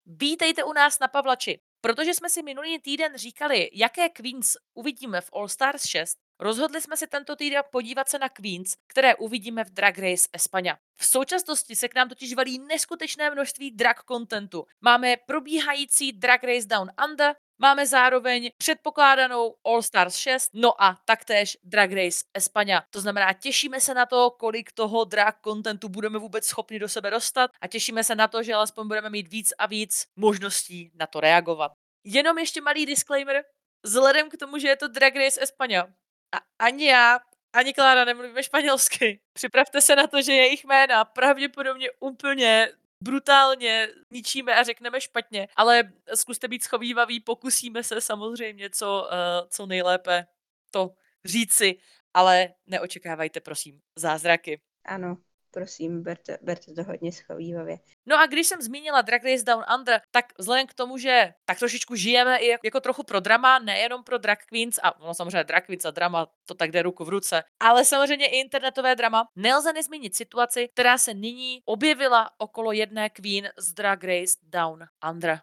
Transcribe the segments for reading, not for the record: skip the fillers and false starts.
Vítejte u nás na Pavlači. Protože jsme si minulý týden říkali, jaké Queens uvidíme v All Stars 6, rozhodli jsme se tento týden podívat se na Queens, které uvidíme v Drag Race España. V současnosti se k nám totiž valí neskutečné množství drag contentu. Máme probíhající Drag Race Down Under, máme zároveň předpokládanou All Stars 6, no a taktéž Drag Race España. To znamená, těšíme se na to, kolik toho drag contentu budeme vůbec schopni do sebe dostat a těšíme se na to, že alespoň budeme mít víc a víc možností na to reagovat. Jenom ještě malý disclaimer, vzhledem k tomu, že je to Drag Race España a ani já, ani Klára nemluvíme španělsky. Připravte se na to, že jejich jména pravděpodobně úplně brutálně ničíme a řekneme špatně, ale zkuste být schovývaví, pokusíme se samozřejmě co nejlépe to říci, ale neočekávajte prosím zázraky. Ano, prosím, berte to hodně schovývavě. No a když jsem zmínila Drag Race Down Under, tak vzhledem k tomu, že tak trošičku žijeme i jako trochu pro drama, nejenom pro drag queens, a no samozřejmě drag queens a drama, to tak jde ruku v ruce, ale samozřejmě i internetové drama, nelze nezmínit situaci, která se nyní objevila okolo jedné queen z Drag Race Down Under.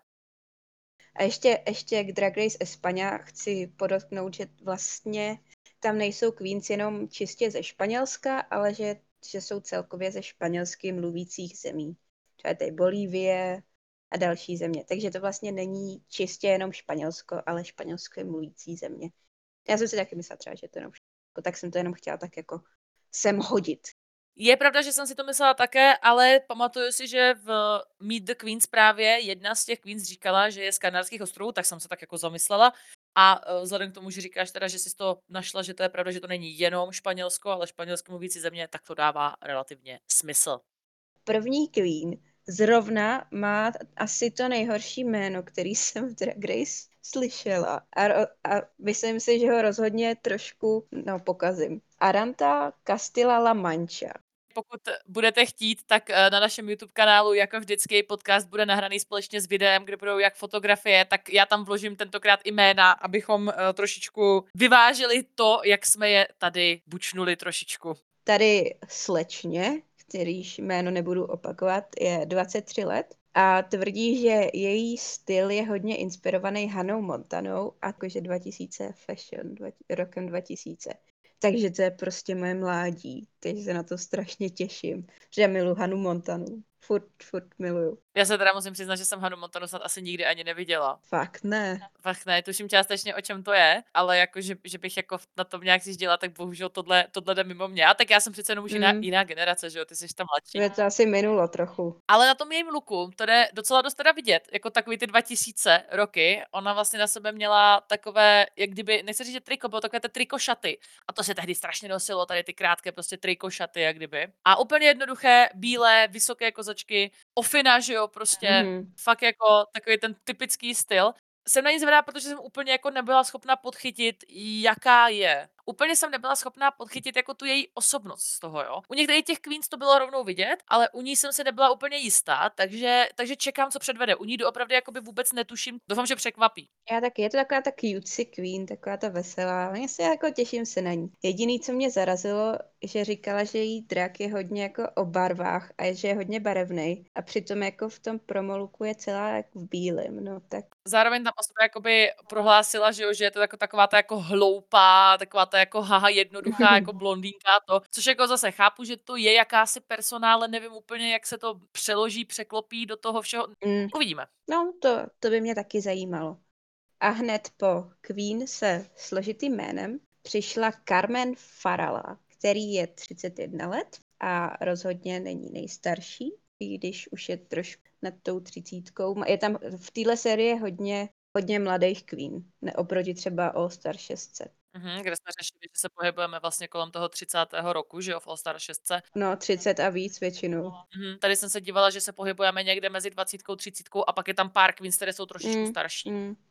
A ještě k Drag Race España chci podotknout, že vlastně tam nejsou queens jenom čistě ze Španělska, ale že jsou celkově ze španělsky mluvících zemí. Třeba tady Bolívie a další země. Takže to vlastně není čistě jenom Španělsko, ale španělské mluvící země. Já jsem si taky myslela třeba, že to jenom Španělsko, tak jsem to jenom chtěla tak jako sem hodit. Je pravda, že jsem si to myslela také, ale pamatuju si, že v Meet the Queens právě jedna z těch queens říkala, že je z Kanárských ostrovů, tak jsem se tak jako zamyslela. A vzhledem k tomu, že říkáš teda, že jsi to našla, že to je pravda, že to není jenom Španělsko, ale španělsky mluvící země, tak to dává relativně smysl. První queen zrovna má asi to nejhorší jméno, který jsem v Drag Race slyšela. A myslím si, že ho rozhodně trošku pokazím. Arantxa Castilla-La Mancha. Pokud budete chtít, tak na našem YouTube kanálu, jako vždycky, podcast bude nahraný společně s videem, kde budou jak fotografie, tak já tam vložím tentokrát i jména, abychom trošičku vyvážili to, jak jsme je tady bučnuli trošičku. Tady slečně, kterýž jméno nebudu opakovat, je 23 let a tvrdí, že její styl je hodně inspirovaný Hannah Montanou a jakože 2000 fashion, rokem 2000. Takže to je prostě moje mládí, takže se na to strašně těším, že já miluji Hannah Montanu. Furt miluju. Já se teda musím přiznat, že jsem Hannah Montanu snad asi nikdy ani neviděla. Fakt ne. Fakt ne, tuším částečně, o čem to je, ale jako, že bych jako na tom nějak zjížděla, tak bohužel tohle jde mimo mě. A tak já jsem přece jenom už jiná generace, že jo, ty jsi tam mladší. Je to asi minulo trochu. Ale na tom jejím looku, to jde docela dost teda vidět, jako takový ty 2000 roky, ona vlastně na sebe měla takové, jak kdyby, nechci říct, že triko, bylo takové ty trikošaty. A to se tehdy strašně nosilo, tady ty krátké prostě trikošaty, jak kdyby. A úplně jednoduché, bílé, vysoké kozačky, ofina, že jo, prostě fakt jako takový ten typický styl. Jsem na ní zvedá, protože jsem úplně jako nebyla schopna podchytit, jaká je. Úplně jsem nebyla schopná podchytit jako tu její osobnost z toho, jo. U některých těch queens to bylo rovnou vidět, ale u ní jsem si nebyla úplně jistá, takže čekám, co předvede. U ní doopravdy jakoby vůbec netuším. Doufám, že překvapí. Já taky, je to taková ta cutesy queen, taková ta veselá. Já se jako těším se na ní. Jediný, co mě zarazilo, že říkala, že její drak je hodně jako o barvách a že je hodně barevný. A přitom jako v tom promoluku je celá jako v bílém, no tak. Zároveň tam o sobě jakoby prohlásila, že jo, že je to jako taková ta jako hloupá, taková ta jako haha jednoduchá jako blondýnka to, což jako zase chápu, že to je jakási persona, ale nevím úplně, jak se to přeloží, překlopí do toho všeho. Uvidíme. No, to by mě taky zajímalo. A hned po Queen se složitým jménem přišla Carmen Farala, který je 31 let a rozhodně není nejstarší, i když už je trošku nad tou 30. Je tam v téhle sérii hodně mladých Queen, neoproti třeba All Star 600. Kde jsme řešili, že se pohybujeme vlastně kolem toho 30. roku, že jo, v All Star 6. No, 30 a víc většinou. Tady jsem se dívala, že se pohybujeme někde mezi 20, 30 a pak je tam pár queens, které jsou trošičku starší.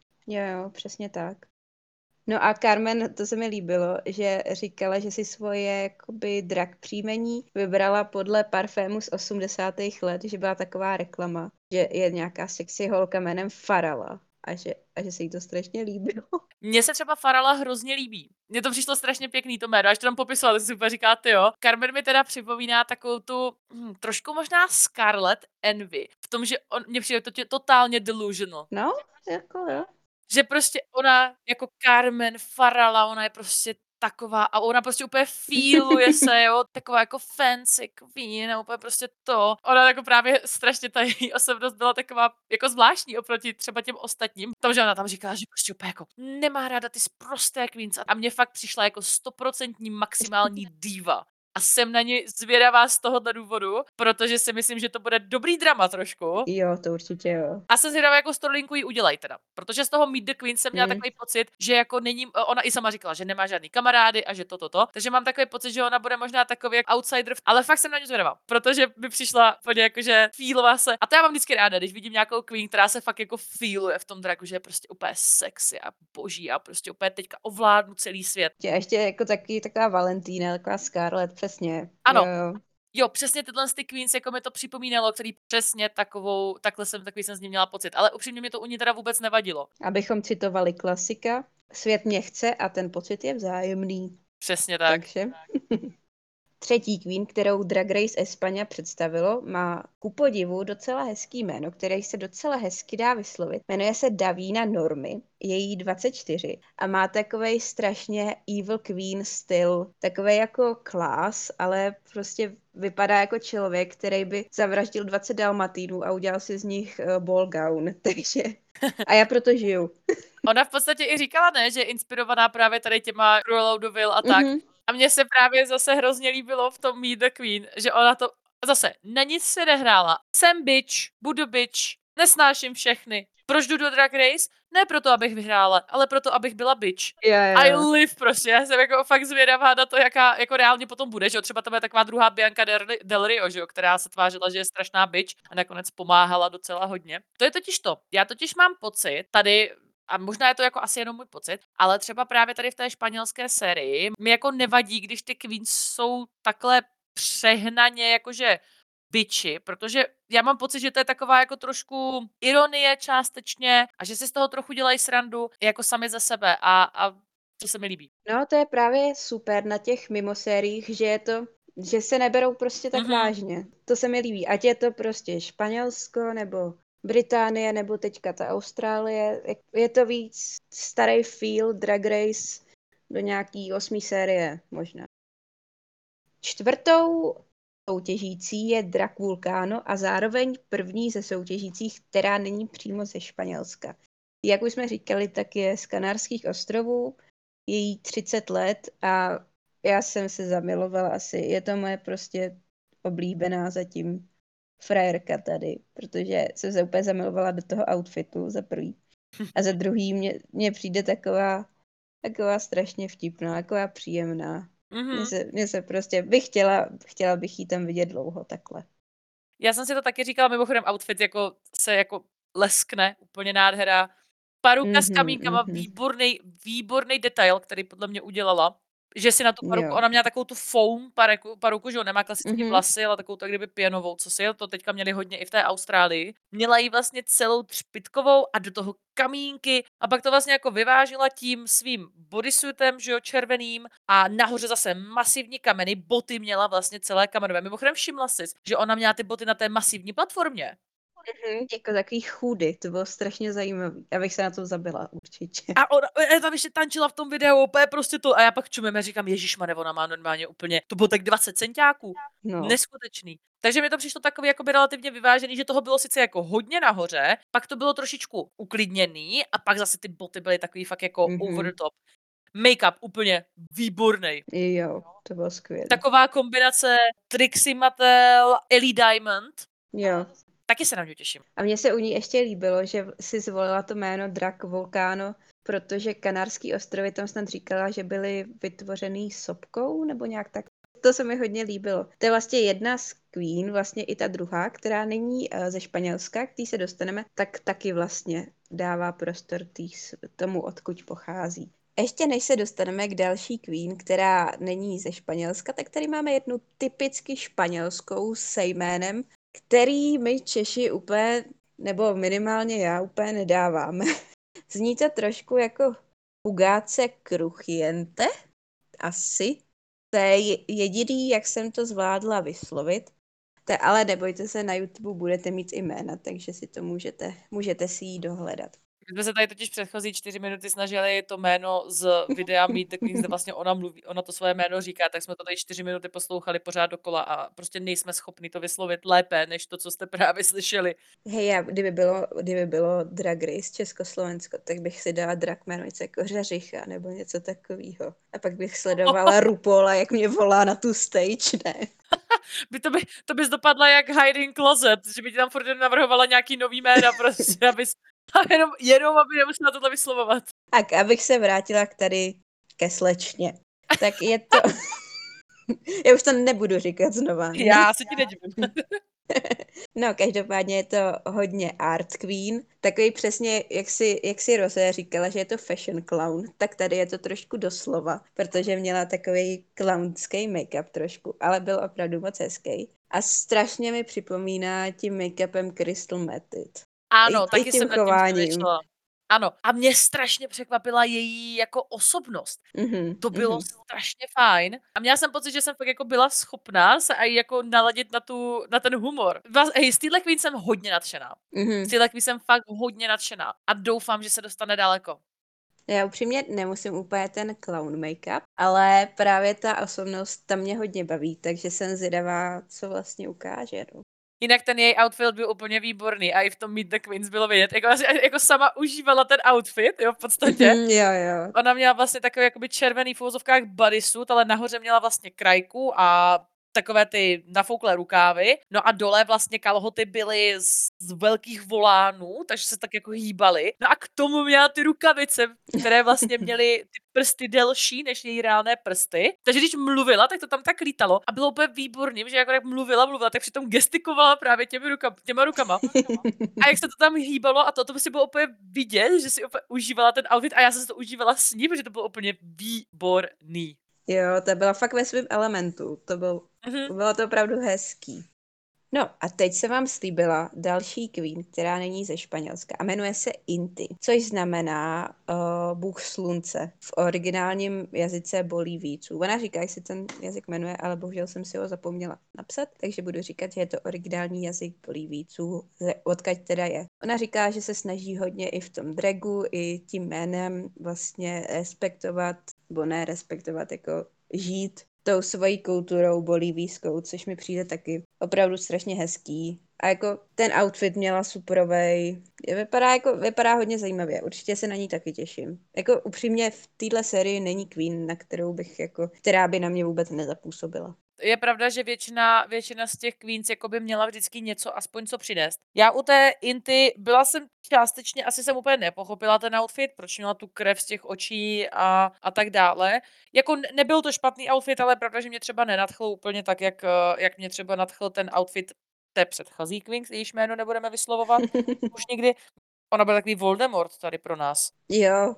Jo, přesně tak. No a Carmen, to se mi líbilo, že říkala, že si svoje jakoby drag příjmení vybrala podle parfému z 80. let, že byla taková reklama, že je nějaká sexy holka jménem Farala. a že se jí to strašně líbilo. Mně se třeba Farala hrozně líbí. Mně to přišlo strašně pěkný to jméno, až to tam popisoval, tak si úplně říká, ty jo. Carmen mi teda připomíná takovou tu, trošku možná Scarlet Envy, v tom, že mně přijde totálně delusional. No, jako jo. Že prostě ona jako Carmen Farala, ona je prostě taková a ona prostě úplně feeluje se, jo, taková jako fancy queen a úplně prostě to. Ona jako právě strašně ta její osobnost byla taková jako zvláštní oproti třeba těm ostatním. Tom, že ona tam říkala, že prostě úplně jako nemá ráda ty sprosté queens a mně fakt přišla jako 100% maximální diva. A jsem na ní zvědavá z tohohle důvodu, protože si myslím, že to bude dobrý drama trošku. Jo, to určitě jo. A jsem zvědavá, jako Storlinku ji udělají teda. Protože z toho Meet the Queen jsem měla takový pocit, že jako není, ona i sama říkala, že nemá žádný kamarády a že to. Takže mám takový pocit, že ona bude možná takový jak outsider, ale fakt jsem na ní zvědavá, protože by přišla úplně jakože feelová se. A to já mám vždycky ráda, když vidím nějakou Queen, která se fakt jako feeluje v tom dragu, že je prostě úplně sexy a boží a prostě úplně teďka ovládnu celý svět. A ještě jako taková Valentína, taková Scarlett, přesně. Ano. Jo. Jo, přesně tyhle ty Queens, jako mi to připomínalo, který přesně takový jsem z ní měla pocit, ale upřímně mi to u ní teda vůbec nevadilo. Abychom citovali klasika, svět mě chce a ten pocit je vzájemný. Přesně tak. Takže třetí queen, kterou Drag Race España představilo, má ku podivu docela hezký jméno, který se docela hezky dá vyslovit. Jmenuje se Davina Normy, je jí 24 a má takovej strašně evil queen styl, takovej jako class, ale prostě vypadá jako člověk, který by zavraždil 20 dalmatínů a udělal si z nich ball gown, takže a já proto žiju. Ona v podstatě i říkala, ne, že je inspirovaná právě tady těma Cruella de Vil a tak. A mně se právě zase hrozně líbilo v tom Meet the Queen, že ona to zase na nic se nehrála. Jsem bitch, budu bitch, nesnáším všechny. Proč jdu do Drag Race? Ne proto, abych vyhrála, ale proto, abych byla bitch. I live prostě. Já jsem jako fakt zvědavá na to, jaká jako reálně potom bude, že jo. Třeba tam je taková druhá Bianca Del Rio, že jo, která se tvářila, že je strašná bitch a nakonec pomáhala docela hodně. To je totiž to. Já totiž mám pocit tady, a možná je to jako asi jenom můj pocit, ale třeba právě tady v té španělské sérii mi jako nevadí, když ty queens jsou takhle přehnaně jakože bitchy, protože já mám pocit, že to je taková jako trošku ironie částečně a že si z toho trochu dělají srandu jako sami za sebe a to se mi líbí. No, to je právě super na těch mimosériích, že se neberou prostě tak vážně. To se mi líbí. Ať je to prostě Španělsko, nebo Británie, nebo teďka ta Austrálie. Je to víc starý feel Drag Race do nějaký 8. série možná. Čtvrtou soutěžící je Drag Vulcano a zároveň první ze soutěžících, která není přímo ze Španělska. Jak už jsme říkali, tak je z Kanárských ostrovů, je jí 30 let a já jsem se zamilovala asi. Je to moje prostě oblíbená zatím frajerka tady, protože jsem se úplně zamilovala do toho outfitu za prvý. A za druhý mě přijde taková strašně vtipná, taková příjemná. Mně se prostě, chtěla bych jí tam vidět dlouho takhle. Já jsem si to taky říkala, mimochodem outfit jako se jako leskne, úplně nádhera. Paruka s kamínkama, výborný detail, který podle mě udělala. Že si na tu paruku, ona měla takovou tu foam paruku, že jo, nemá klasický vlasy, ale takovou tak kdyby pěnovou, co si je, to teďka měli hodně i v té Austrálii. Měla jí vlastně celou třpitkovou a do toho kamínky a pak to vlastně jako vyvážila tím svým bodysuitem, že jo, červeným a nahoře zase masivní kameny, boty měla vlastně celé kamenové. Mimochodem všimla jsi, že ona měla ty boty na té masivní platformě. Jako takový chůdy, to bylo strašně zajímavý. Já bych se na to zabila určitě. A ona tam ještě tančila v tom videu, úplně prostě to. A já pak čumím a říkám, ježišmane, ona má normálně úplně, to bylo tak 20 centiáků. No. Neskutečný. Takže mi to přišlo takový jakoby relativně vyvážený, že toho bylo sice jako hodně nahoře, pak to bylo trošičku uklidněný a pak zase ty boty byly takový fakt jako over the top. Make-up úplně výborný. Jo, to bylo skvělé. Taková kombinace Trixie Mattel, Ellie Diamond. Jo. Taky se na mě těším. A mně se u ní ještě líbilo, že si zvolila to jméno Drag Vulcano, protože Kanárský ostrovy tam snad říkala, že byly vytvořený sopkou, nebo nějak tak. To se mi hodně líbilo. To je vlastně jedna z queen, vlastně i ta druhá, která není ze Španělska, k tý se dostaneme, tak taky vlastně dává prostor tomu, odkud pochází. Ještě než se dostaneme k další queen, která není ze Španělska, tak tady máme jednu typicky španělskou se jménem, který my Češi úplně, nebo minimálně já úplně nedáváme. Zní to trošku jako Fugace Crujiente, asi. To je jediný, jak jsem to zvládla vyslovit. Ale nebojte se, na YouTube budete mít i jména, takže si to můžete si ji dohledat. My jsme se tady totiž předchozí 4 minuty snažili to jméno z videa Meet the Queens, kde vlastně ona to svoje jméno říká, tak jsme to tady 4 minuty poslouchali pořád dokola a prostě nejsme schopni to vyslovit lépe, než to, co jste právě slyšeli. Hej, kdyby bylo Drag Race Československo, tak bych si dala drag jméno něco jako Řeřicha nebo něco takového. A pak bych sledovala RuPaula, jak mě volá na tu stage, ne? To bys dopadla jak Hiding Closet, že by ti tam furt navrhovala nějaký nový jména, prostě, abys jenom aby nemusela tohle vyslovovat. Tak, abych se vrátila ke slečně. Tak je to... Já už to nebudu říkat znova. Ne? Já se ti nedivím. No, každopádně je to hodně art queen. Takový přesně, jak si Rosé říkala, že je to fashion clown, tak tady je to trošku doslova, protože měla takový clownský make-up trošku, ale byl opravdu moc hezký. A strašně mi připomíná tím make-upem Crystal Method. Ano, I taky tím jsem nad tím chováním. přemýšlela. Ano, a mě strašně překvapila její jako osobnost. To bylo strašně fajn. A měla jsem pocit, že jsem fakt jako byla schopná se aj jako naladit na ten humor. Z téhle Queen jsem hodně nadšená. Z téhle Queen jsem fakt hodně nadšená. A doufám, že se dostane daleko. Já upřímně nemusím úplně ten clown make-up, ale právě ta osobnost tam mě hodně baví, takže jsem zvědavá, co vlastně ukáže. No. Jinak ten její outfit byl úplně výborný a i v tom Meet the Queens bylo vidět, jako sama užívala ten outfit, jo, v podstatě. Jo. Ona měla vlastně takový jakoby červený v úvozovkách bodysuit, ale nahoře měla vlastně krajku a takové ty nafouklé rukávy. No a dole vlastně kalhoty byly z velkých volánů, takže se tak jako hýbaly. No a k tomu měla ty rukavice, které vlastně měly ty prsty delší než její reálné prsty. Takže když mluvila, tak to tam tak lítalo a bylo úplně výborný, že jako jak mluvila, tak přitom gestikovala právě těma rukama. A jak se to tam hýbalo a to prostě bylo úplně vidět, že si úplně užívala ten outfit a já jsem si to užívala s ní, protože to bylo úplně výborný. Jo, to byla fakt ve svém elementu. Bylo to opravdu hezký. No a teď se vám slíbila další queen, která není ze Španělska a jmenuje se Inti, což znamená bůh slunce. V originálním jazyce Bolívíců. Ona říká, jak se ten jazyk jmenuje, ale bohužel jsem si ho zapomněla napsat, takže budu říkat, že je to originální jazyk Bolívíců, odkud teda je. Ona říká, že se snaží hodně i v tom dragu, i tím jménem vlastně respektovat, nebo ne respektovat, jako žít tou svojí kulturou bolívijskou, což mi přijde taky opravdu strašně hezký. A jako ten outfit měla superovej. Vypadá hodně zajímavě. Určitě se na ní taky těším. Jako upřímně v téhle sérii není queen, která by na mě vůbec nezapůsobila. Je pravda, že většina z těch queens jako by měla vždycky něco, aspoň co přinést. Já u té Inty byla jsem částečně, asi jsem úplně nepochopila ten outfit, proč měla tu krev z těch očí a tak dále. Jako nebyl to špatný outfit, ale pravda, že mě třeba nenadchl úplně tak, jak mě třeba nadchl ten outfit té předchozí queen, jejíž jméno nebudeme vyslovovat už nikdy. Ona byla takový Voldemort tady pro nás. Jo.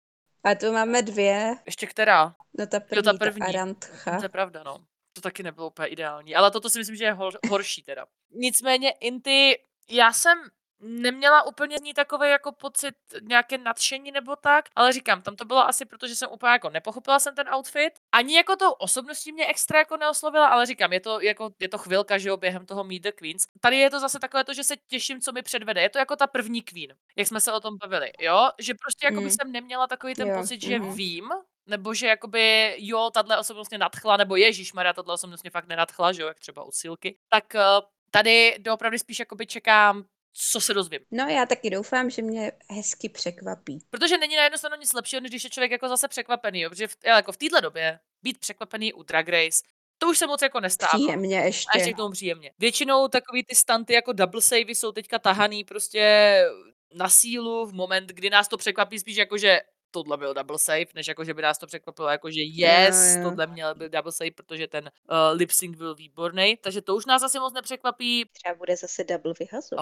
A tu máme dvě. Ještě která? No ta první. Ta Arantxa. To je pravda, no. To taky nebylo úplně ideální, ale toto si myslím, že je horší teda. Nicméně Inty, já jsem neměla úplně z ní takový jako pocit nějaké nadšení nebo tak, ale říkám, tam to bylo asi proto, že jsem úplně jako nepochopila jsem ten outfit. Ani jako tou osobností mě extra jako neoslovila, ale říkám, je to chvilka, že jo, během toho Meet the Queens. Tady je to zase takové to, že se těším, co mi předvede. Je to jako ta první queen, jak jsme se o tom bavili, jo? Že prostě jako by jsem neměla takový ten pocit, že vím, nebo že jakoby, jo, tahle osobnost mě nadchla, nebo ježišmarja, tahle osobnost mě fakt nenadchla, že jo, jak třeba u Silky. Tak tady doopravdy spíš jakoby čekám, co se dozvím. No já taky doufám, že mě hezky překvapí. Protože není na jednu stranu nic lepšího, než když je člověk jako zase překvapený, jo? Protože jako v téhle době být překvapený u Drag Race, to už se moc jako nestává. Příjemně ještě. A ještě k tomu příjemně. Většinou takový ty stunty jako double savey jsou teďka tahaný prostě na sílu v moment, kdy nás to překvapí spíš jako, že tohle byl double save, než jako, že by nás to překvapilo, jako, že tohle měl být double save, protože ten lip sync byl výborný, takže to už nás asi moc nepřekvapí. Třeba bude zase double vyhazov.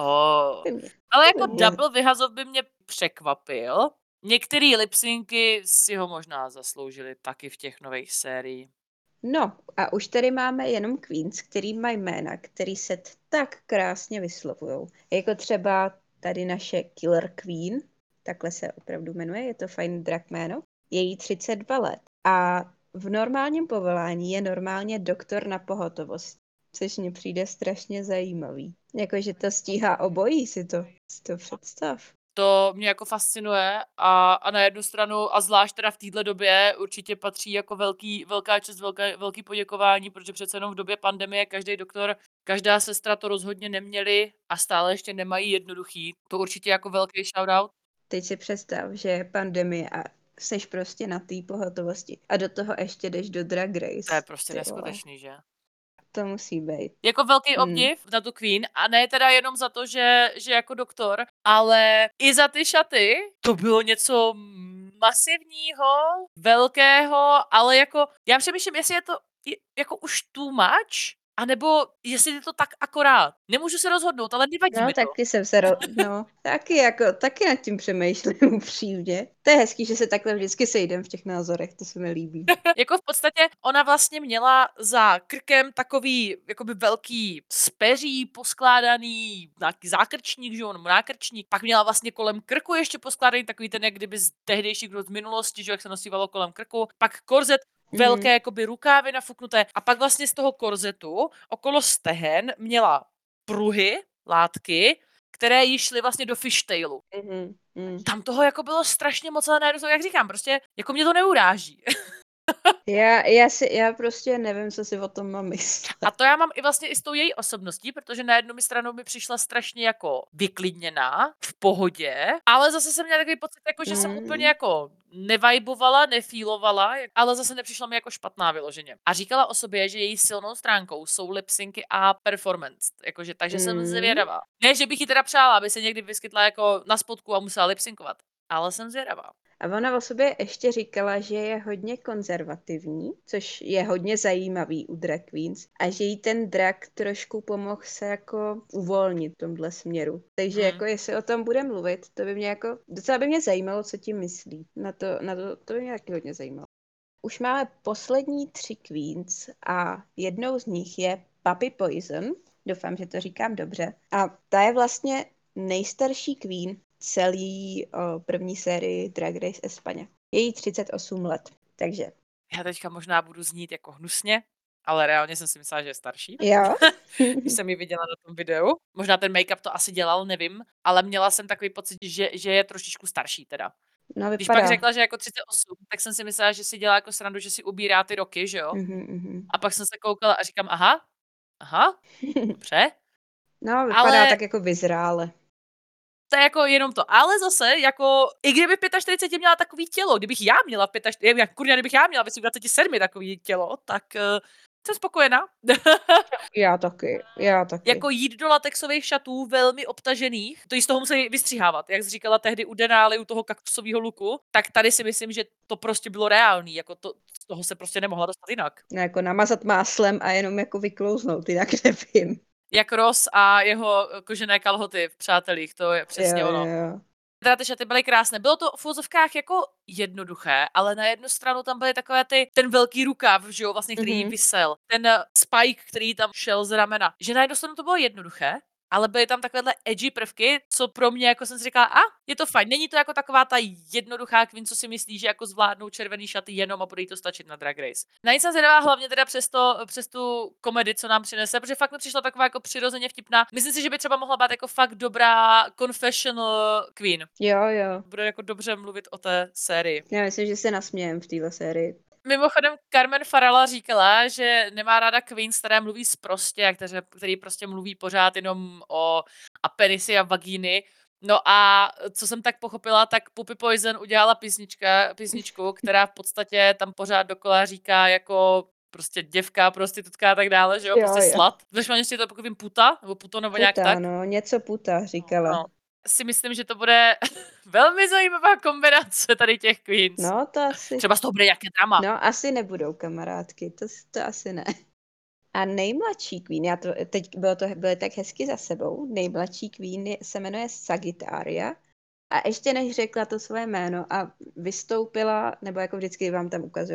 Ale jako double vyhazov by mě překvapil. Některé lip syncy si ho možná zasloužili taky v těch nových sériích. No a už tady máme jenom queens, který mají jména, který se tak krásně vyslovujou. Jako třeba tady naše Killer Queen, takhle se opravdu jmenuje, je to fajn drag jméno. Je jí 32 let a v normálním povolání je normálně doktor na pohotovost, což mně přijde strašně zajímavý. Jakože to stíhá obojí, si to představ. To mě jako fascinuje a na jednu stranu, a zvlášť teda v téhle době, určitě patří jako velká čest, velký poděkování, protože přece jenom v době pandemie každý doktor, každá sestra to rozhodně neměli a stále ještě nemají jednoduchý. To určitě jako velký shoutout. Teď si představ, že je pandemie a seš prostě na té pohotovosti. A do toho ještě jdeš do Drag Race. To je prostě Ty vole. neskutečný, že? To musí být. Jako velký obdiv na tu Queen a ne teda jenom za to, že jako doktor, ale i za ty šaty. To bylo něco masivního, velkého, ale jako já přemýšlím, jestli je to jako už too much, anebo jestli je to tak akorát. Nemůžu se rozhodnout, ale nevadí No, mi to. taky jsem se, taky nad tím přemýšlím upřímně. To je hezký, že se takhle vždycky sejdem v těch názorech, to se mi líbí. Jako v podstatě ona vlastně měla za krkem takový jakoby velký speří poskládaný, nějaký zákrčník, že jo, nebo nákrčník. Pak měla vlastně kolem krku ještě poskládaný takový ten, jak kdyby z tehdejší z minulosti, že jo, jak se nosívalo kolem krku. Pak korzet, velké jakoby rukávy nafuknuté a pak vlastně z toho korzetu okolo stehen měla pruhy, látky, které jí šly vlastně do fishtailu. Tam toho jako bylo strašně moc, ale najednou, jak říkám, prostě jako mě to neuráží. Já prostě nevím, co si o tom mám myslet. A to já mám i vlastně i s tou její osobností, protože na jednu stranou mi přišla strašně jako vyklidněná, v pohodě, ale zase jsem měla takový pocit, jako, že jsem úplně jako nevajbovala, nefílovala, ale zase nepřišla mi jako špatná vyloženě. A říkala o sobě, že její silnou stránkou jsou lipsynky a performance, jakože, takže jsem zvědavá. Ne, že bych ji teda přála, aby se někdy vyskytla jako na spodku a musela lipsynkovat, ale jsem zvědavá. A ona o sobě ještě říkala, že je hodně konzervativní, což je hodně zajímavý u drag queens, a že jí ten drag trošku pomohl se jako uvolnit v tomhle směru. Takže jako jestli o tom bude mluvit, to by mě jako, docela by mě zajímalo, co tím myslí. To by mě taky hodně zajímalo. Už máme poslední 3 queens a jednou z nich je Puppy Poison. Doufám, že to říkám dobře. A ta je vlastně nejstarší queen celý první sérii Drag Race España. Je jí 38 let, takže. Já teďka možná budu znít jako hnusně, ale reálně jsem si myslela, že je starší. Jo. Když jsem ji viděla na tom videu. Možná ten make-up to asi dělal, nevím, ale měla jsem takový pocit, že je trošičku starší teda. No, Když pak řekla, že jako 38, tak jsem si myslela, že si dělá jako srandu, že si ubírá ty roky, že jo? A pak jsem se koukala a říkám, aha, dobře. No, vypadá tak jako vyzrále. To je jako jenom to. Ale zase, jako, i kdyby 45 měla takový tělo, kdybych já měla 45, kdybych já měla 27 takový tělo, tak jsem spokojená. Já taky. Jako jít do latexových šatů velmi obtažených, to jí z toho musí vystřihávat. Jak jsi říkala tehdy u Denály, u toho kaktusového luku, tak tady si myslím, že to prostě bylo reálný. Jako z toho se prostě nemohla dostat jinak. No, jako namazat máslem a jenom jako vyklouznout, jinak nevím. Jak Ross a jeho kožené kalhoty v Přátelích, to je přesně ono. Jo. Teda ty šaty byly krásné. Bylo to v úzovkách jako jednoduché, ale na jednu stranu tam byly takové ten velký rukáv, že jo, vlastně, který visel. Ten spike, který tam šel z ramena. Že na jednu stranu to bylo jednoduché, ale byly tam takovéhle edgy prvky, co pro mě, jako jsem si říkala, je to fajn. Není to jako taková ta jednoduchá queen, co si myslí, že jako zvládnou červený šaty jenom a bude jí to stačit na Drag Race. Na nic jsem zvědavá hlavně teda přes tu komedii, co nám přinese, protože fakt mi přišla taková jako přirozeně vtipná. Myslím si, že by třeba mohla být jako fakt dobrá confessional queen. Jo. Bude jako dobře mluvit o té sérii. Já myslím, že se nasmějem v téhle sérii. Mimochodem Carmen Farala říkala, že nemá ráda queens, které mluví sprostě a který prostě mluví pořád jenom o penisy a vagíny. No a co jsem tak pochopila, tak Puppy Poison udělala písničku, která v podstatě tam pořád dokola říká jako prostě děvka, prostitutka a tak dále, že jo, prostě slut. V španělštině je to takovým puta, nebo puto, nebo nějak tak. No, něco puta, říkala. No. Si myslím, že to bude velmi zajímavá kombinace tady těch queens. No, to asi. Třeba z toho bude nějaké drama. No, asi nebudou kamarádky, to asi ne. A nejmladší queen, teď bylo tak hezky za sebou, nejmladší queen se jmenuje Sagittaria. A ještě než řekla to své jméno a vystoupila, nebo jako vždycky vám tam ukazujou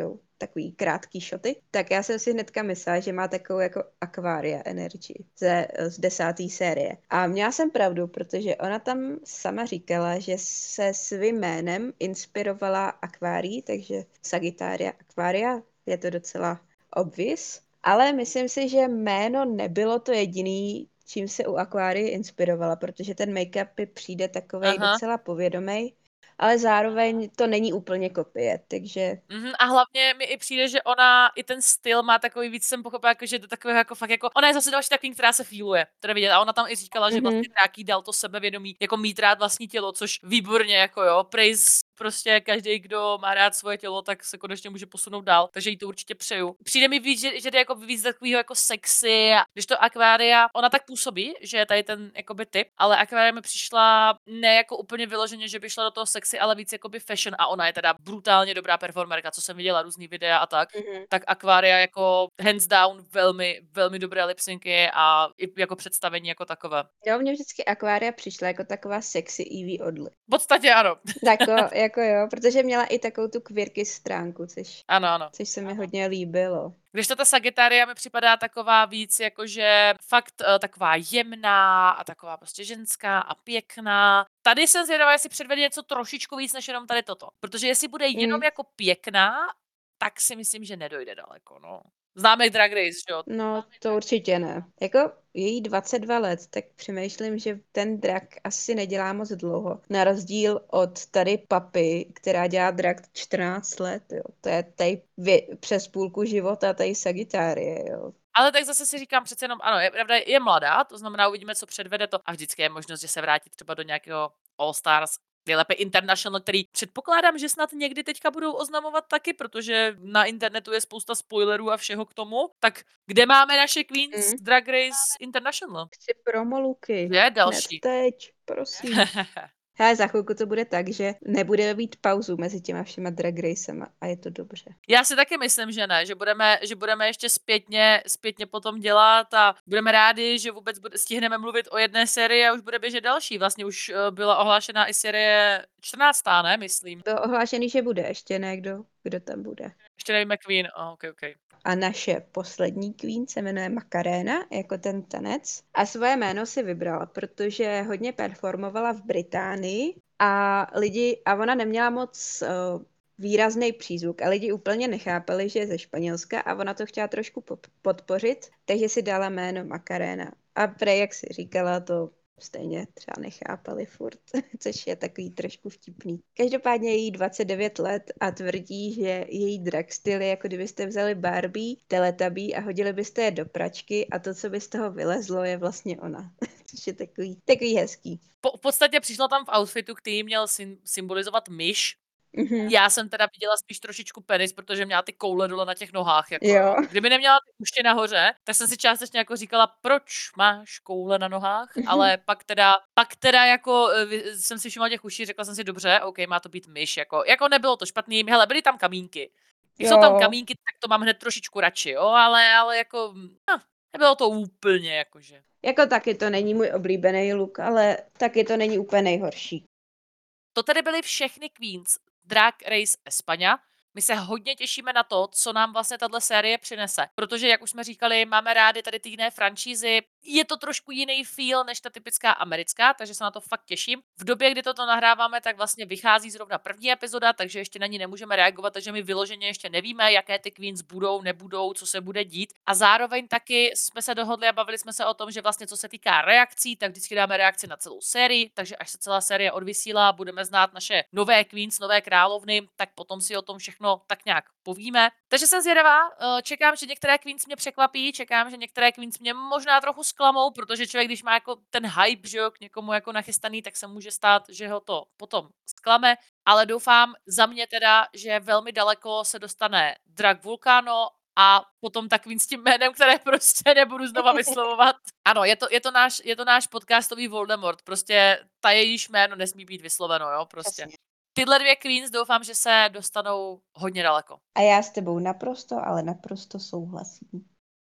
takový krátký šoty, tak já jsem si hnedka myslela, že má takovou jako Aquaria Energy z 10. série. A měla jsem pravdu, protože ona tam sama říkala, že se svým jménem inspirovala akvárií, takže Sagittaria Aquaria, je to docela obvious. Ale myslím si, že jméno nebylo to jediný, čím se u Aquarii inspirovala, protože ten make-up mi přijde takovej Aha. docela povědomej, ale zároveň to není úplně kopie, takže... A hlavně mi i přijde, že ona i ten styl má takový víc, jsem pochopila, jako, že do takového jako fakt jako, ona je zase další takový, která se feeluje, to jde vidět. A ona tam i říkala, že vlastně nějaký dal to sebevědomí, jako mít rád vlastní tělo, což výborně, jako jo, praise prostě každý, kdo má rád svoje tělo, tak se konečně může posunout dál, takže jí to určitě přeju. Přijde mi víc, že jde jako víc takového jako sexy, a když to Aquaria, ona tak působí, že je tady ten jakoby typ, ale Aquaria mi přišla ne jako úplně vyloženě, že by šla do toho sexy, ale víc jakoby fashion a ona je teda brutálně dobrá performerka, co jsem viděla různý videa a tak Aquaria jako hands down velmi, velmi dobré lipsynky a i jako představení jako takové. Jo, mně vždycky Aquaria přišla jako taková sexy Evie Oddly. V podstatě ano. Jako jo, protože měla i takovou tu quirky stránku, Ano. což se mi hodně líbilo. Když to ta Sagittaria mi připadá taková víc, jakože fakt taková jemná a taková prostě ženská a pěkná. Tady jsem zvědavá, jestli předvede něco trošičku víc než jenom tady toto. Protože jestli bude jenom jako pěkná, tak si myslím, že nedojde daleko, no. Známe Drag Race, že jo? No, to určitě ne. Jako její 22 let, tak přemýšlím, že ten drag asi nedělá moc dlouho. Na rozdíl od tady Papy, která dělá drag 14 let, jo. To je tady přes půlku života, tady Sagittarie, jo. Ale tak zase si říkám přece jenom, ano, je pravda, je mladá, to znamená, uvidíme, co předvede to. A vždycky je možnost, že se vrátí třeba do nějakého All Stars, nejlépe International, který předpokládám, že snad někdy teďka budou oznamovat taky, protože na internetu je spousta spoilerů a všeho k tomu. Tak kde máme naše Queens Drag Race International? Chci promoluky. Je další. Teď, prosím. Hele, za chvilku to bude tak, že nebudeme mít pauzu mezi těma všema drag racema a je to dobře. Já si taky myslím, že ne, že budeme ještě zpětně potom dělat a budeme rádi, že vůbec stihneme mluvit o jedné sérii a už bude běžet další. Vlastně už byla ohlášená i série 14. ne, myslím. Bylo ohlášený, že bude, ještě ne, kdo tam bude. Ještě nevíme Queen, ok. A naše poslední queen se jmenuje Macarena, jako ten tanec. A svoje jméno si vybrala, protože hodně performovala v Británii a ona neměla moc výrazný přízvuk a lidi úplně nechápali, že je ze Španělska a ona to chtěla trošku podpořit, takže si dala jméno Macarena. A prej, jak si říkala, to stejně třeba nechápali furt, což je takový trošku vtipný. Každopádně je jí 29 let a tvrdí, že její drag styl je, jako kdybyste vzali Barbie, Teletubby a hodili byste je do pračky a to, co by z toho vylezlo, je vlastně ona. Což je takový hezký. V podstatě přišla tam v outfitu, který měl symbolizovat myš. Mm-hmm. Já jsem teda viděla spíš trošičku penis, protože měla ty koule dole na těch nohách. Jako, jo. Kdyby neměla ty uště nahoře, tak jsem si částečně jako říkala, proč máš koule na nohách, ale pak teda jako jsem si všimla těch uší, řekla jsem si, dobře, ok, má to být myš, jako nebylo to špatný, hele, byly tam kamínky. Když jsou tam kamínky, tak to mám hned trošičku radši, jo, ale jako, nebylo to úplně, jakože. Jako taky to není můj oblíbený look, ale taky to není úplně nejhorší. To tedy byly všechny Queens Drag Race España. My se hodně těšíme na to, co nám vlastně tato série přinese, protože, jak už jsme říkali, máme rádi tady ty jiné franšízy. Je to trošku jiný feel než ta typická americká, takže se na to fakt těším. V době, kdy toto nahráváme, tak vlastně vychází zrovna první epizoda, takže ještě na ní nemůžeme reagovat, takže my vyloženě ještě nevíme, jaké ty Queens budou, nebudou, co se bude dít. A zároveň taky jsme se dohodli a bavili jsme se o tom, že vlastně co se týká reakcí, tak vždycky dáme reakci na celou sérii, takže až se celá série odvysílá, budeme znát naše nové Queens, nové královny, tak potom si o tom všechno tak nějak povíme. Takže jsem zvědavá, čekám, že některé Queens mě překvapí, čekám, že některé Queens mě možná trochu zklamou, protože člověk, když má jako ten hype, že jo, k někomu jako nachystaný, tak se může stát, že ho to potom zklame, ale doufám za mě teda, že velmi daleko se dostane Drag Vulcano a potom takovým s tím jménem, které prostě nebudu znova vyslovovat. Ano, je to náš podcastový Voldemort, prostě ta jejíž jméno nesmí být vysloveno, jo, prostě. Jasně. Tyhle dvě Queens doufám, že se dostanou hodně daleko. A já s tebou naprosto, ale naprosto souhlasím.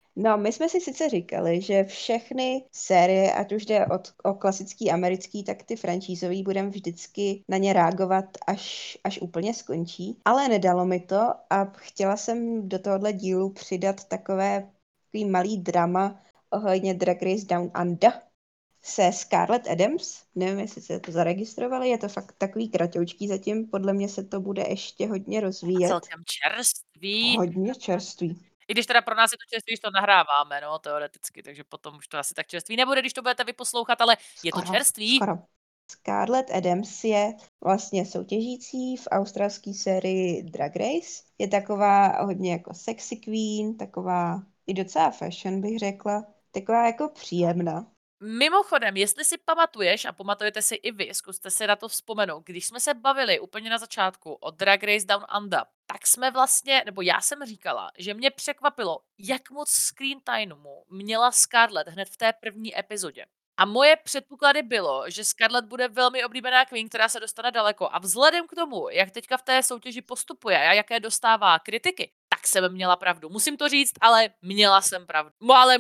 No, my jsme si sice říkali, že všechny série, ať už jde o klasický americký, tak ty franšízový, budeme vždycky na ně reagovat, až úplně skončí. Ale nedalo mi to a chtěla jsem do tohohle dílu přidat takový malý drama ohledně Drag Race Down Under se Scarlett Adams. Nevím, jestli jste to zaregistrovali, je to fakt takový kratoučký zatím, podle mě se to bude ještě hodně A rozvíjet. celkem čerstvý. Hodně čerstvý. I když teda pro nás je to čerstvý, když to nahráváme, no, teoreticky, takže potom už to asi tak čerstvý nebude, když to budete vyposlouchat, ale je to čerstvý. Skoro. Scarlett Adams je vlastně soutěžící v australské sérii Drag Race. Je taková hodně jako sexy queen, taková i docela fashion, bych řekla. Taková jako příjemná. Mimochodem, jestli si pamatuješ, a pamatujete si i vy, zkuste si na to vzpomenout, když jsme se bavili úplně na začátku o Drag Race Down Under, tak jsme vlastně, nebo já jsem říkala, že mě překvapilo, jak moc screen timeu měla Scarlett hned v té první epizodě. A moje předpoklady bylo, že Scarlett bude velmi oblíbená queen, která se dostane daleko. A vzhledem k tomu, jak teďka v té soutěži postupuje a jaké dostává kritiky, tak jsem měla pravdu. Musím to říct, ale měla jsem pravdu. No ale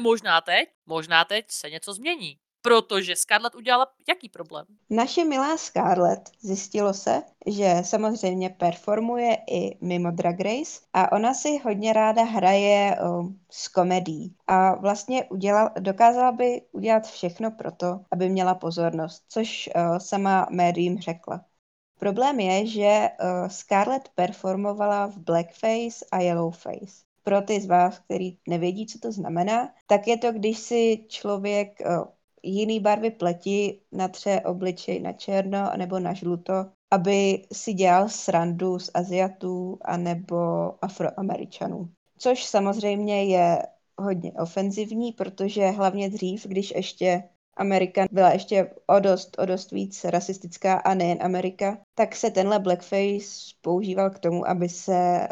možná teď se něco změní. Protože Scarlett udělala jaký problém? Naše milá Scarlett zjistilo se, že samozřejmě performuje i mimo Drag Race a ona si hodně ráda hraje s komedií a vlastně dokázala by udělat všechno pro to, aby měla pozornost, což sama médiím řekla. Problém je, že Scarlett performovala v blackface a yellowface. Pro ty z vás, kteří nevědí, co to znamená, tak je to, když si člověk jiný barvy pleti natře obličej na černo nebo na žluto, aby si dělal srandu z Asiatů anebo Afroameričanů. Což samozřejmě je hodně ofenzivní, protože hlavně dřív, když ještě Amerika byla ještě o dost víc rasistická a nejen Amerika, tak se tenhle blackface používal k tomu, aby se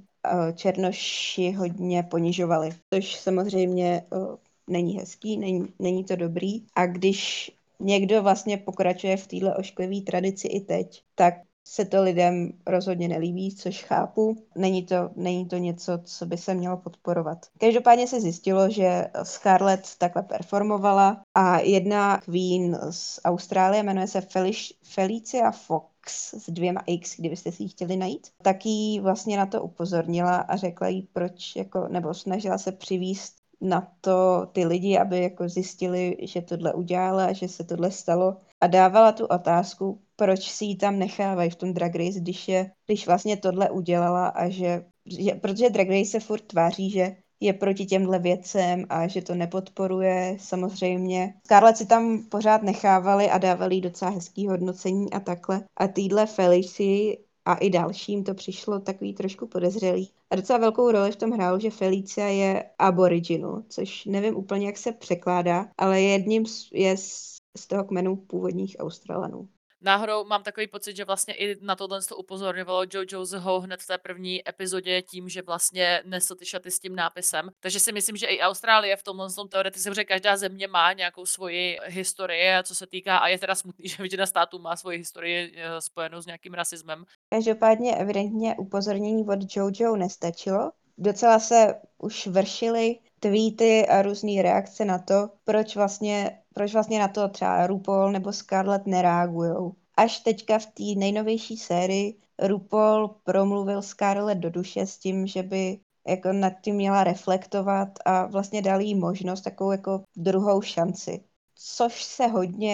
černoši hodně ponižovali. Což samozřejmě není hezký, není to dobrý. A když někdo vlastně pokračuje v této ošklivé tradici i teď, tak se to lidem rozhodně nelíbí, což chápu. Není to něco, co by se mělo podporovat. Každopádně se zjistilo, že Scarlett takhle performovala a jedna queen z Austrálie, jmenuje se Felicia Fox s 2 X, kdybyste si ji chtěli najít, tak jí vlastně na to upozornila a řekla jí, proč, nebo snažila se přivést na to ty lidi, aby jako zjistili, že tohle udělala, že se tohle stalo a dávala tu otázku, proč si ji tam nechávají v tom Drag Race, když vlastně tohle udělala a protože Drag Race se furt tváří, že je proti těmhle věcem a že to nepodporuje samozřejmě. Scarlett si tam pořád nechávali a dávali jí docela hezký hodnocení a takhle. A týhle Felicii a i dalším to přišlo takový trošku podezřelý. A docela velkou roli v tom hrálo, že Felicia je aboriginu, což nevím úplně, jak se překládá, ale je z toho kmenu původních Australanů. Náhodou mám takový pocit, že vlastně i na tohle to upozorňovalo JoJo Zho hned v té první epizodě tím, že vlastně nesl ty šaty s tím nápisem. Takže si myslím, že i Austrálie v tomhle tom teoreticky, protože každá země má nějakou svoji historii, co se týká, a je teda smutný, že většina států má svoji historii spojenou s nějakým rasismem. Každopádně evidentně upozornění od JoJo nestačilo. Docela se už vršily tweety a různé reakce na to, proč vlastně na to třeba RuPaul nebo Scarlett nereagujou. Až teďka v té nejnovější sérii RuPaul promluvil Scarlett do duše s tím, že by jako nad tím měla reflektovat a vlastně dal jí možnost, takovou jako druhou šanci. Což se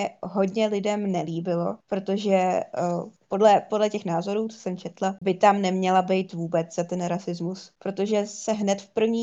hodně lidem nelíbilo, protože podle těch názorů, co jsem četla, by tam neměla být vůbec za ten rasismus, protože se hned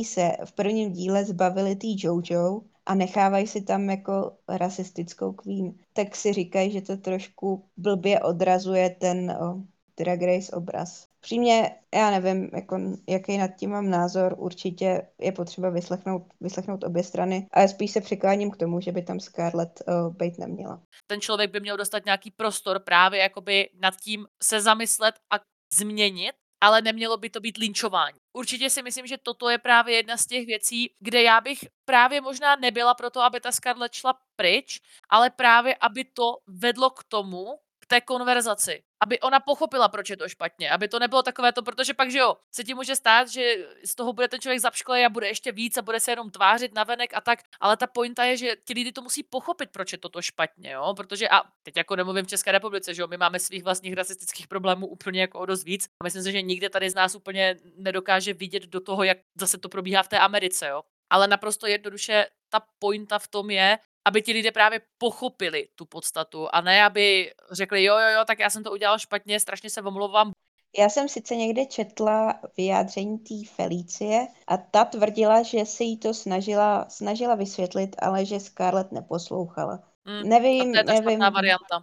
v prvním díle zbavili tý JoJo a nechávají si tam jako rasistickou queen. Tak si říkají, že to trošku blbě odrazuje ten Drag Race obraz. Přímě, já nevím, jaký nad tím mám názor, určitě je potřeba vyslechnout obě strany, ale spíš se přikláním k tomu, že by tam Scarlett být neměla. Ten člověk by měl dostat nějaký prostor právě jakoby nad tím se zamyslet a změnit, ale nemělo by to být linčování. Určitě si myslím, že toto je právě jedna z těch věcí, kde já bych právě možná nebyla pro to, aby ta Scarlett šla pryč, ale právě aby to vedlo k tomu, k té konverzaci, aby ona pochopila, proč je to špatně, aby to nebylo takové to, protože pak, že jo, se ti může stát, že z toho bude ten člověk zapšklej a bude ještě víc a bude se jenom tvářit navenek a tak, ale ta pointa je, že ti lidi to musí pochopit, proč je toto špatně, jo, protože a teď jako nemluvím v České republice, že jo, my máme svých vlastních rasistických problémů úplně jako o dost víc a myslím si, že nikde tady z nás úplně nedokáže vidět do toho, jak zase to probíhá v té Americe, jo. Ale naprosto jednoduše ta pointa v tom je, aby ti lidé právě pochopili tu podstatu a ne, aby řekli, jo, tak já jsem to udělal špatně, strašně se omlouvám. Já jsem sice někde četla vyjádření té Felicie a ta tvrdila, že se jí to snažila vysvětlit, ale že Scarlett neposlouchala. A to je ta špatná varianta.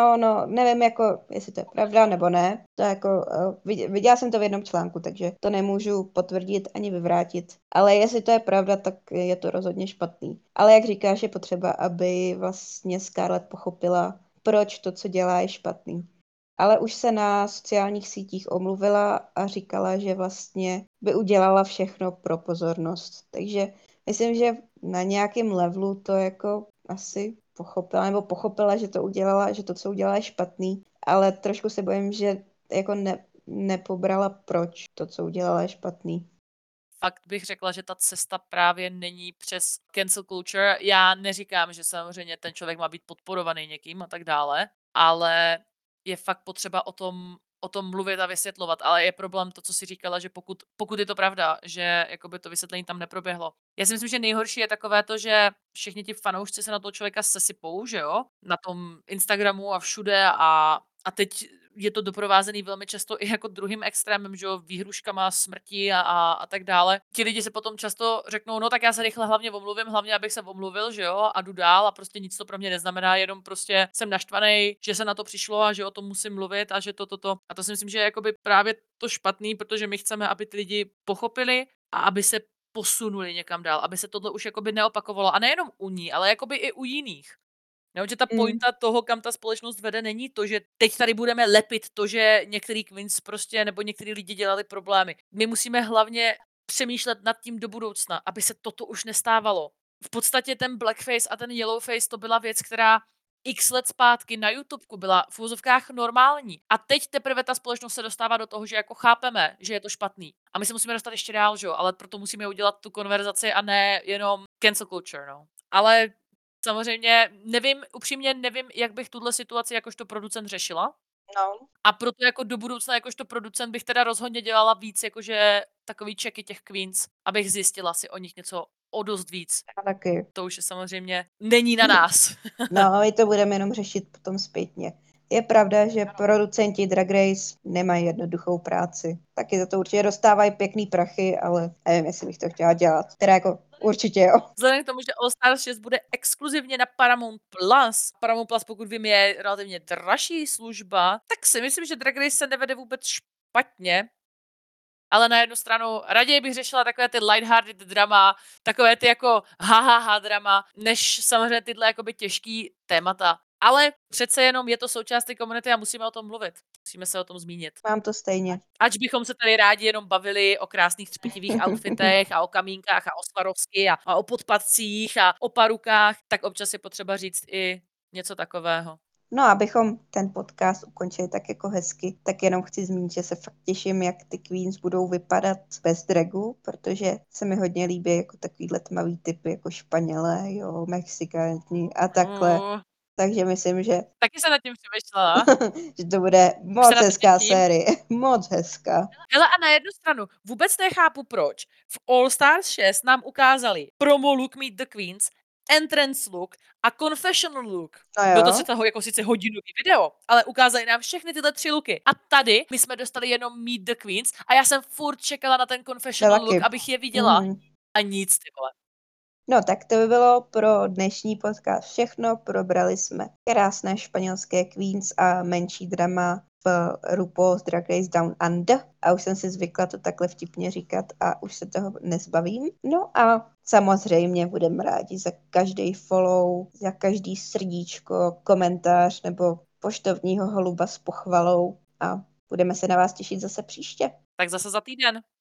Nevím, jako, jestli to je pravda nebo ne. To jako, viděla jsem to v jednom článku, takže to nemůžu potvrdit ani vyvrátit. Ale jestli to je pravda, tak je to rozhodně špatný. Ale jak říkáš, je potřeba, aby vlastně Scarlett pochopila, proč to, co dělá, je špatný. Ale už se na sociálních sítích omluvila a říkala, že vlastně by udělala všechno pro pozornost. Takže myslím, že na nějakém levelu to jako asi pochopila, že to udělala, že to, co udělala, je špatný, ale trošku se bojím, že jako nepobrala, proč to, co udělala, je špatný. Fakt bych řekla, že ta cesta právě není přes cancel culture. Já neříkám, že samozřejmě ten člověk má být podporovaný někým a tak dále, ale je fakt potřeba o tom mluvit a vysvětlovat, ale je problém to, co si říkala, že pokud je to pravda, že jakoby to vysvětlení tam neproběhlo. Já si myslím, že nejhorší je takové to, že všichni ti fanoušci se na toho člověka sesypou, že jo, na tom Instagramu a všude a teď je to doprovázený velmi často i jako druhým extrémem, že jo, výhruškama, smrti a tak dále. Ti lidi se potom často řeknou, no tak já se rychle hlavně omluvím, hlavně abych se omluvil, že jo, a jdu dál a prostě nic to pro mě neznamená, jenom prostě jsem naštvaný, že se na to přišlo a že o tom musím mluvit a že to. A to si myslím, že je jakoby právě to špatný, protože my chceme, aby ty lidi pochopili a aby se posunuli někam dál, aby se tohle už jakoby neopakovalo. A nejenom u ní, ale jakoby i u jiných. Jo, že ta pointa toho, kam ta společnost vede, není to, že teď tady budeme lepit to, že některý queens prostě nebo některý lidi dělali problémy. My musíme hlavně přemýšlet nad tím do budoucna, aby se toto už nestávalo. V podstatě ten blackface a ten yellowface to byla věc, která x let zpátky na YouTubeku byla v úvozovkách normální. A teď teprve ta společnost se dostává do toho, že jako chápeme, že je to špatný. A my se musíme dostat ještě dál, že jo? Ale proto musíme udělat tu konverzaci a ne jenom cancel culture, no. Ale samozřejmě upřímně nevím, jak bych tuhle situaci jakožto producent řešila. No. A proto jako do budoucna jakožto producent bych teda rozhodně dělala víc jakože takový checky těch queens, abych zjistila si o nich něco o dost víc. Já taky. To už je samozřejmě není na nás. No, my to budeme jenom řešit potom zpětně. Je pravda, že producenti Drag Race nemají jednoduchou práci. Taky za to určitě dostávají pěkný prachy, ale nevím, jestli bych to chtěla dělat. Teda jako určitě jo. Vzhledem k tomu, že All Stars 6 bude exkluzivně na Paramount Plus. Paramount Plus, pokud vím, je relativně dražší služba, tak si myslím, že Drag Race se nevede vůbec špatně. Ale na jednu stranu raději bych řešila takové ty lighthearted drama, takové ty jako drama, než samozřejmě tyhle jakoby těžký témata. Ale přece jenom je to součást té komunity a musíme o tom mluvit. Musíme se o tom zmínit. Mám to stejně. Ač bychom se tady rádi jenom bavili o krásných třpitivých outfitech a o kamínkách a o Swarovski a o podpatcích a o parukách, tak občas je potřeba říct i něco takového. No, abychom ten podcast ukončili tak jako hezky, tak jenom chci zmínit, že se fakt těším, jak ty queens budou vypadat bez dragu, protože se mi hodně líbí jako takovýhle tmavý typy, jako Španělé, jo, Mexikáni a takhle. Takže myslím, že... Taky se nad tím přemýšlela. že to bude moc hezká série. Moc hezká. Hele, a na jednu stranu vůbec nechápu proč. V All Stars 6 nám ukázali promo look Meet the Queens, entrance look a confessional look. No Bylo to jako sice hodinový video, ale ukázali nám všechny tyhle 3 looky. A tady my jsme dostali jenom Meet the Queens a já jsem furt čekala na ten confessional look, abych je viděla. A nic, ty vole. No tak to by bylo pro dnešní podcast všechno. Probrali jsme krásné španělské queens a menší drama v RuPaul's Drag Race Down Under. A už jsem si zvykla to takhle vtipně říkat a už se toho nezbavím. No a samozřejmě budeme rádi za každý follow, za každý srdíčko, komentář nebo poštovního holuba s pochvalou a budeme se na vás těšit zase příště. Tak zase za týden.